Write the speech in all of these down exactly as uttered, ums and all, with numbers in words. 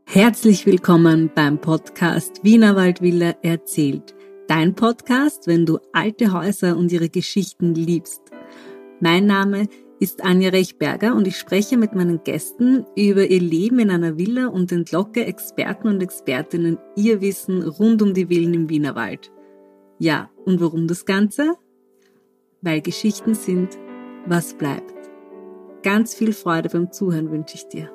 Herzlich willkommen beim Podcast Wienerwald Villa erzählt. Dein Podcast, wenn du alte Häuser und ihre Geschichten liebst. Mein Name ist Anja Rechberger und ich spreche mit meinen Gästen über ihr Leben in einer Villa und entlocke Experten und Expertinnen ihr Wissen rund um die Villen im Wienerwald. Ja, und warum das Ganze? Weil Geschichten sind, was bleibt. Ganz viel Freude beim Zuhören wünsche ich dir.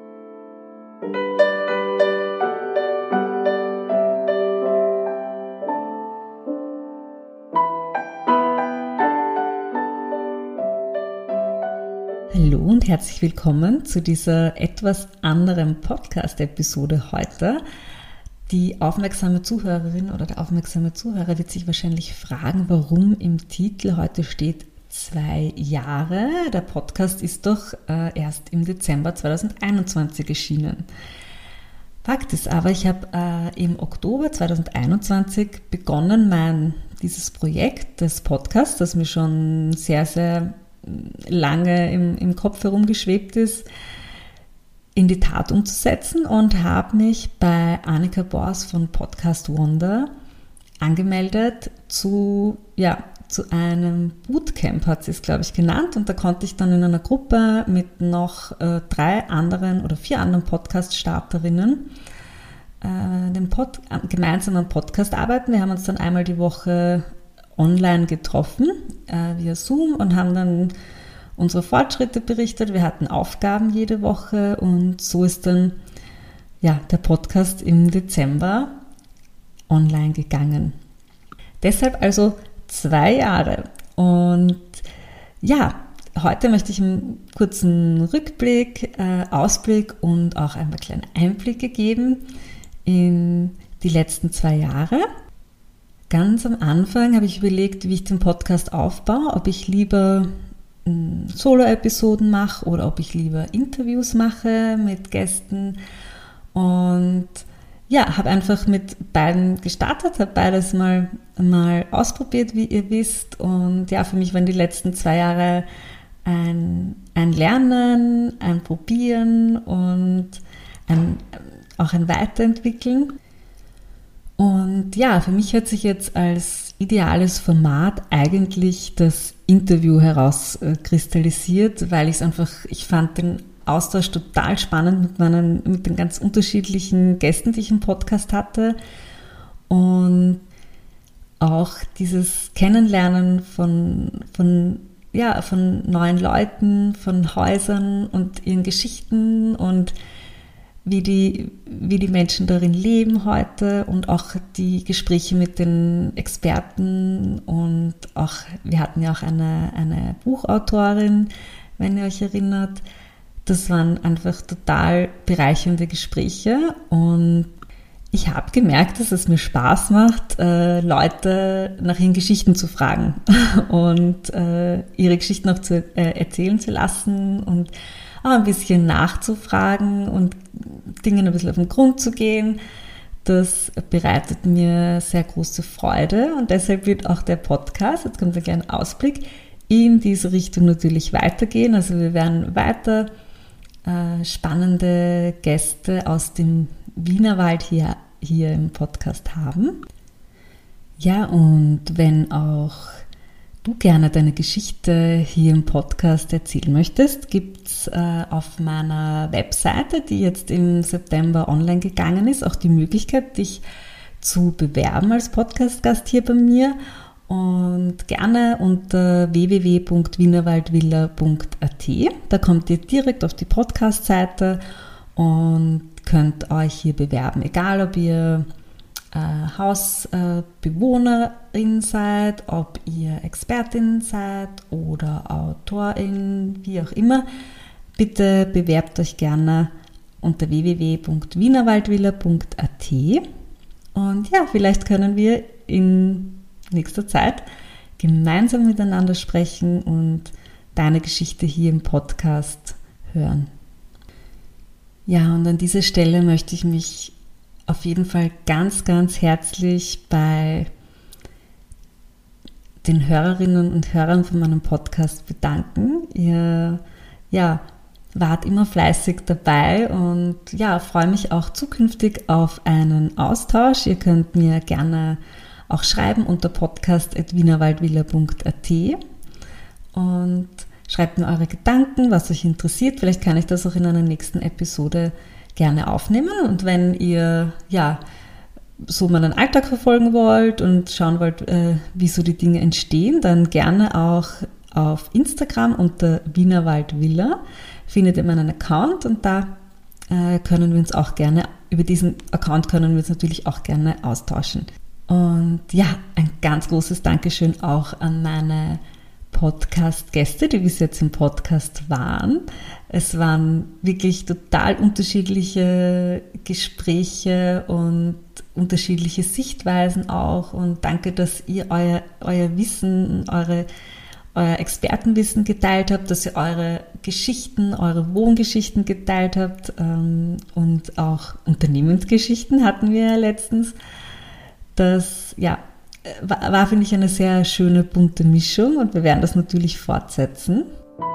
Hallo und herzlich willkommen zu dieser etwas anderen Podcast-Episode heute. Die aufmerksame Zuhörerin oder der aufmerksame Zuhörer wird sich wahrscheinlich fragen, warum im Titel heute steht zwei Jahre. Der Podcast ist doch äh, erst im Dezember zweitausendeinundzwanzig erschienen. Fakt ist aber, ich habe äh, im Oktober zweitausendeinundzwanzig begonnen, mein dieses Projekt des Podcasts, das mir schon sehr, sehr lange im, im Kopf herumgeschwebt ist, in die Tat umzusetzen und habe mich bei Annika Bors von Podcast Wonder angemeldet zu, ja, zu einem Bootcamp, hat sie es, glaube ich, genannt. Und da konnte ich dann in einer Gruppe mit noch äh, drei anderen oder vier anderen Podcast-Starterinnen äh, den Pod, äh, gemeinsam am Podcast arbeiten. Wir haben uns dann einmal die Woche online getroffen, äh, via Zoom, und haben dann unsere Fortschritte berichtet. Wir hatten Aufgaben jede Woche und so ist dann ja, der Podcast im Dezember online gegangen. Deshalb also zwei Jahre. Und ja, heute möchte ich einen kurzen Rückblick, äh, Ausblick und auch einmal kleine Einblicke geben in die letzten zwei Jahre. Ganz am Anfang habe ich überlegt, wie ich den Podcast aufbaue, ob ich lieber Solo-Episoden mache oder ob ich lieber Interviews mache mit Gästen. Und ja, habe einfach mit beiden gestartet, habe beides mal, mal ausprobiert, wie ihr wisst. Und ja, für mich waren die letzten zwei Jahre ein, ein Lernen, ein Probieren und ein, auch ein Weiterentwickeln. Und ja, für mich hat sich jetzt als ideales Format eigentlich das Interview herauskristallisiert, weil ich es einfach, ich fand den Austausch total spannend mit meinen, mit den ganz unterschiedlichen Gästen, die ich im Podcast hatte. Und auch dieses Kennenlernen von, von, ja, von neuen Leuten, von Häusern und ihren Geschichten und wie die, wie die Menschen darin leben heute und auch die Gespräche mit den Experten und auch, wir hatten ja auch eine, eine Buchautorin, wenn ihr euch erinnert. Das waren einfach total bereichernde Gespräche und ich habe gemerkt, dass es mir Spaß macht, äh, Leute nach ihren Geschichten zu fragen und äh, ihre Geschichten auch zu, äh, erzählen zu lassen und auch ein bisschen nachzufragen und Dingen ein bisschen auf den Grund zu gehen. Das bereitet mir sehr große Freude und deshalb wird auch der Podcast, jetzt kommt ein kleiner Ausblick, in diese Richtung natürlich weitergehen. Also wir werden weiter äh, spannende Gäste aus dem Wienerwald hier, hier im Podcast haben. Ja, und wenn auch du gerne deine Geschichte hier im Podcast erzählen möchtest, gibt es äh, auf meiner Webseite, die jetzt im September online gegangen ist, auch die Möglichkeit, dich zu bewerben als Podcast-Gast hier bei mir. Und gerne unter w w w punkt wienerwaldvilla punkt a t. Da kommt ihr direkt auf die Podcast-Seite und könnt euch hier bewerben, egal ob ihr Äh, Hausbewohnerin äh, seid, ob ihr Expertin seid oder Autorin, wie auch immer. Bitte bewerbt euch gerne unter w w w punkt wienerwaldvilla punkt a t. Und ja, vielleicht können wir in nächster Zeit gemeinsam miteinander sprechen und deine Geschichte hier im Podcast hören. Ja, und an dieser Stelle möchte ich mich auf jeden Fall ganz, ganz herzlich bei den Hörerinnen und Hörern von meinem Podcast bedanken. Ihr ja, wart immer fleißig dabei und ja, freue mich auch zukünftig auf einen Austausch. Ihr könnt mir gerne auch schreiben unter podcast at wienerwaldvilla punkt a t und schreibt mir eure Gedanken, was euch interessiert. Vielleicht kann ich das auch in einer nächsten Episode gerne aufnehmen. Und wenn ihr ja so meinen Alltag verfolgen wollt und schauen wollt, äh, wie so die Dinge entstehen, dann gerne auch auf Instagram unter wienerwaldvilla findet ihr meinen Account und da äh, können wir uns auch gerne, über diesen Account können wir uns natürlich auch gerne austauschen. Und ja, ein ganz großes Dankeschön auch an meine Podcast-Gäste, die bis jetzt im Podcast waren. Es waren wirklich total unterschiedliche Gespräche und unterschiedliche Sichtweisen auch. Und danke, dass ihr euer, euer Wissen, eure, euer Expertenwissen geteilt habt, dass ihr eure Geschichten, eure Wohngeschichten geteilt habt und auch Unternehmensgeschichten hatten wir ja letztens. Das, ja, war, war, finde ich, eine sehr schöne, bunte Mischung und wir werden das natürlich fortsetzen.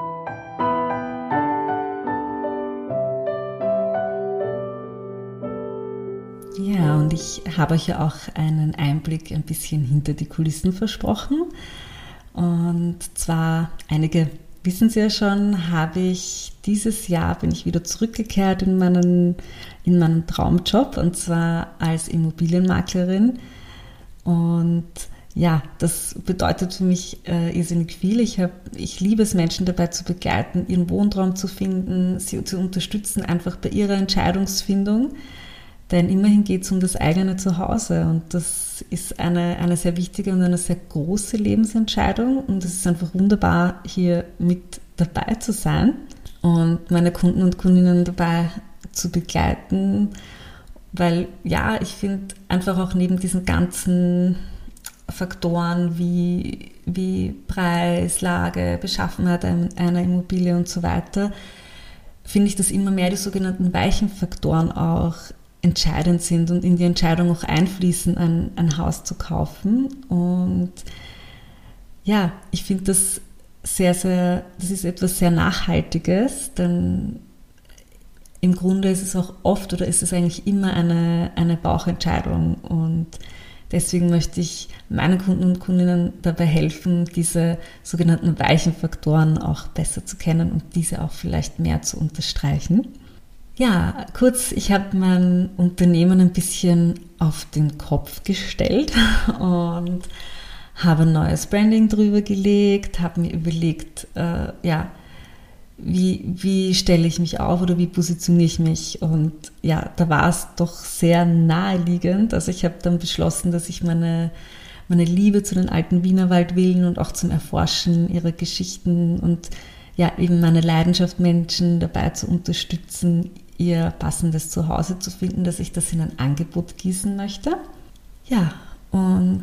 Ja, und ich habe euch ja auch einen Einblick ein bisschen hinter die Kulissen versprochen. Und zwar, einige wissen Sie ja schon, habe ich dieses Jahr, bin ich wieder zurückgekehrt in meinen, in meinen Traumjob und zwar als Immobilienmaklerin. Und ja, das bedeutet für mich äh, irrsinnig viel. Ich, hab, ich liebe es, Menschen dabei zu begleiten, ihren Wohntraum zu finden, sie zu unterstützen, einfach bei ihrer Entscheidungsfindung. Denn immerhin geht es um das eigene Zuhause und das ist eine, eine sehr wichtige und eine sehr große Lebensentscheidung und es ist einfach wunderbar, hier mit dabei zu sein und meine Kunden und Kundinnen dabei zu begleiten, weil ja, ich finde einfach auch neben diesen ganzen Faktoren wie, wie Preis, Lage, Beschaffenheit einer Immobilie und so weiter, finde ich, dass immer mehr die sogenannten weichen Faktoren auch entscheidend sind und in die Entscheidung auch einfließen, ein, ein Haus zu kaufen. Und ja, ich finde das sehr, sehr, das ist etwas sehr Nachhaltiges, denn im Grunde ist es auch oft oder ist es eigentlich immer eine, eine Bauchentscheidung und deswegen möchte ich meinen Kunden und Kundinnen dabei helfen, diese sogenannten weichen Faktoren auch besser zu kennen und diese auch vielleicht mehr zu unterstreichen. Ja, kurz, ich habe mein Unternehmen ein bisschen auf den Kopf gestellt und habe ein neues Branding drüber gelegt, habe mir überlegt, äh, ja, wie, wie stelle ich mich auf oder wie positioniere ich mich? Und ja, da war es doch sehr naheliegend. Also ich habe dann beschlossen, dass ich meine, meine Liebe zu den alten Wienerwaldvillen und auch zum Erforschen ihrer Geschichten und ja, eben meine Leidenschaft, Menschen dabei zu unterstützen, ihr passendes Zuhause zu finden, dass ich das in ein Angebot gießen möchte. Ja, und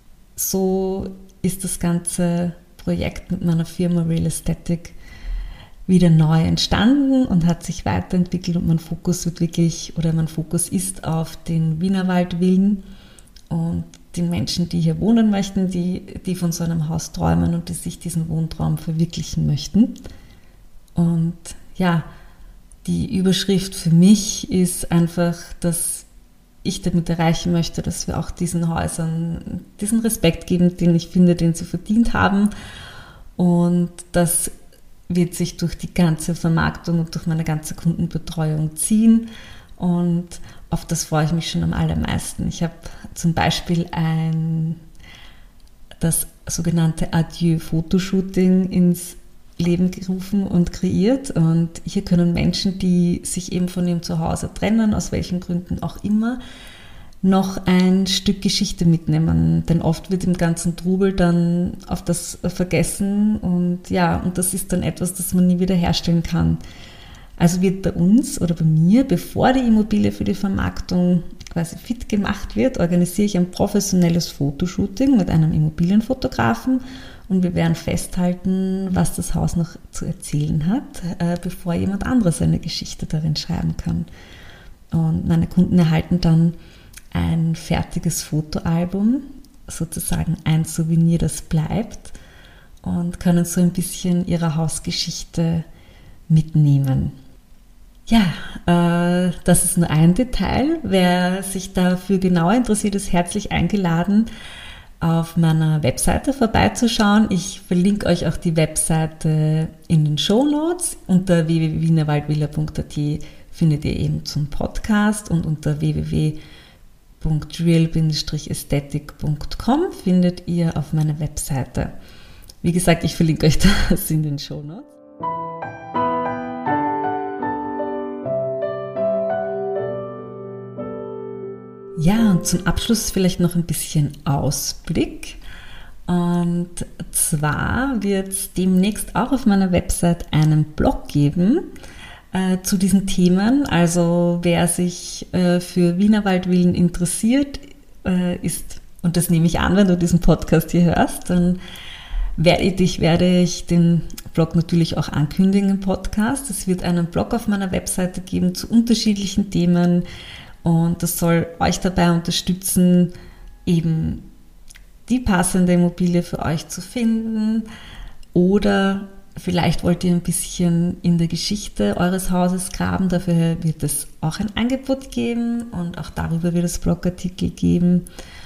so ist das ganze Projekt mit meiner Firma Real Aesthetic wieder neu entstanden und hat sich weiterentwickelt und mein Fokus wird wirklich, oder mein Fokus ist auf den Wienerwaldvillen und den Menschen, die hier wohnen möchten, die, die von so einem Haus träumen und die sich diesen Wohntraum verwirklichen möchten. Und ja, die Überschrift für mich ist einfach, dass ich damit erreichen möchte, dass wir auch diesen Häusern diesen Respekt geben, den ich finde, den sie verdient haben. Und das wird sich durch die ganze Vermarktung und durch meine ganze Kundenbetreuung ziehen. Und auf das freue ich mich schon am allermeisten. Ich habe zum Beispiel ein, das sogenannte Adieu-Fotoshooting ins Leben gerufen und kreiert. Und hier können Menschen, die sich eben von ihrem Zuhause trennen, aus welchen Gründen auch immer, noch ein Stück Geschichte mitnehmen. Denn oft wird im ganzen Trubel dann auf das vergessen und ja, und das ist dann etwas, das man nie wieder herstellen kann. Also wird bei uns oder bei mir, bevor die Immobilie für die Vermarktung quasi fit gemacht wird, organisiere ich ein professionelles Fotoshooting mit einem Immobilienfotografen und wir werden festhalten, was das Haus noch zu erzählen hat, äh, bevor jemand anderes eine Geschichte darin schreiben kann. Und meine Kunden erhalten dann ein fertiges Fotoalbum, sozusagen ein Souvenir, das bleibt und können so ein bisschen ihrer Hausgeschichte mitnehmen. Ja, äh, das ist nur ein Detail. Wer sich dafür genauer interessiert, ist herzlich eingeladen, auf meiner Webseite vorbeizuschauen. Ich verlinke euch auch die Webseite in den Shownotes. Unter w w w punkt wienerwaldvilla punkt a t findet ihr eben zum Podcast und unter w w w punkt real Bindestrich aesthetic punkt com findet ihr auf meiner Webseite. Wie gesagt, ich verlinke euch das in den Shownotes. Ja, und zum Abschluss vielleicht noch ein bisschen Ausblick. Und zwar wird es demnächst auch auf meiner Website einen Blog geben äh, zu diesen Themen. Also wer sich äh, für Wienerwaldvillen interessiert, äh, ist, und das nehme ich an, wenn du diesen Podcast hier hörst, dann werde ich, werde ich den Blog natürlich auch ankündigen im Podcast. Es wird einen Blog auf meiner Webseite geben zu unterschiedlichen Themen. Und das soll euch dabei unterstützen, eben die passende Immobilie für euch zu finden. Oder vielleicht wollt ihr ein bisschen in der Geschichte eures Hauses graben. Dafür wird es auch ein Angebot geben und auch darüber wird es Blogartikel geben.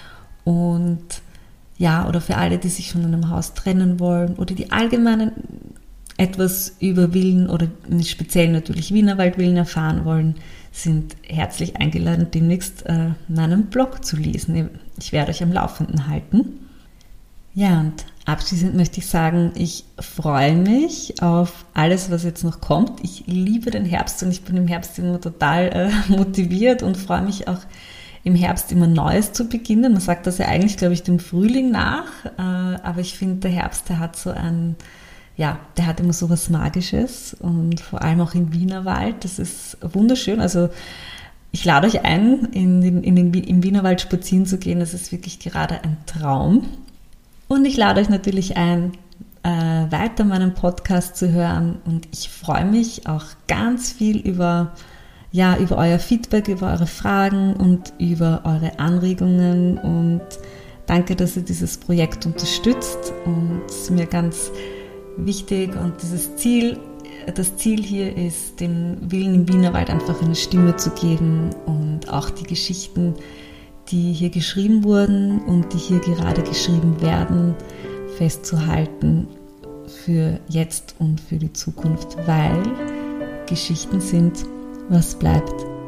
Und ja, oder für alle, die sich von einem Haus trennen wollen oder die allgemeinen etwas über Villen oder speziell natürlich Wienerwaldvillen erfahren wollen, sind herzlich eingeladen, demnächst äh, meinen Blog zu lesen. Ich werde euch am Laufenden halten. Ja, und abschließend möchte ich sagen, ich freue mich auf alles, was jetzt noch kommt. Ich liebe den Herbst und ich bin im Herbst immer total äh, motiviert und freue mich auch im Herbst immer Neues zu beginnen. Man sagt das ja eigentlich, glaube ich, dem Frühling nach, äh, aber ich finde, der Herbst, der hat so ein Ja, der hat immer so was Magisches und vor allem auch im Wienerwald. Das ist wunderschön. Also ich lade euch ein, in den, in den, im Wienerwald spazieren zu gehen. Das ist wirklich gerade ein Traum. Und ich lade euch natürlich ein, äh, weiter meinen Podcast zu hören. Und ich freue mich auch ganz viel über, ja, über euer Feedback, über eure Fragen und über eure Anregungen. Und danke, dass ihr dieses Projekt unterstützt. Und es ist mir ganz wichtig und dieses Ziel, das Ziel hier ist, den Villen im Wienerwald einfach eine Stimme zu geben und auch die Geschichten, die hier geschrieben wurden und die hier gerade geschrieben werden, festzuhalten für jetzt und für die Zukunft, weil Geschichten sind, was bleibt.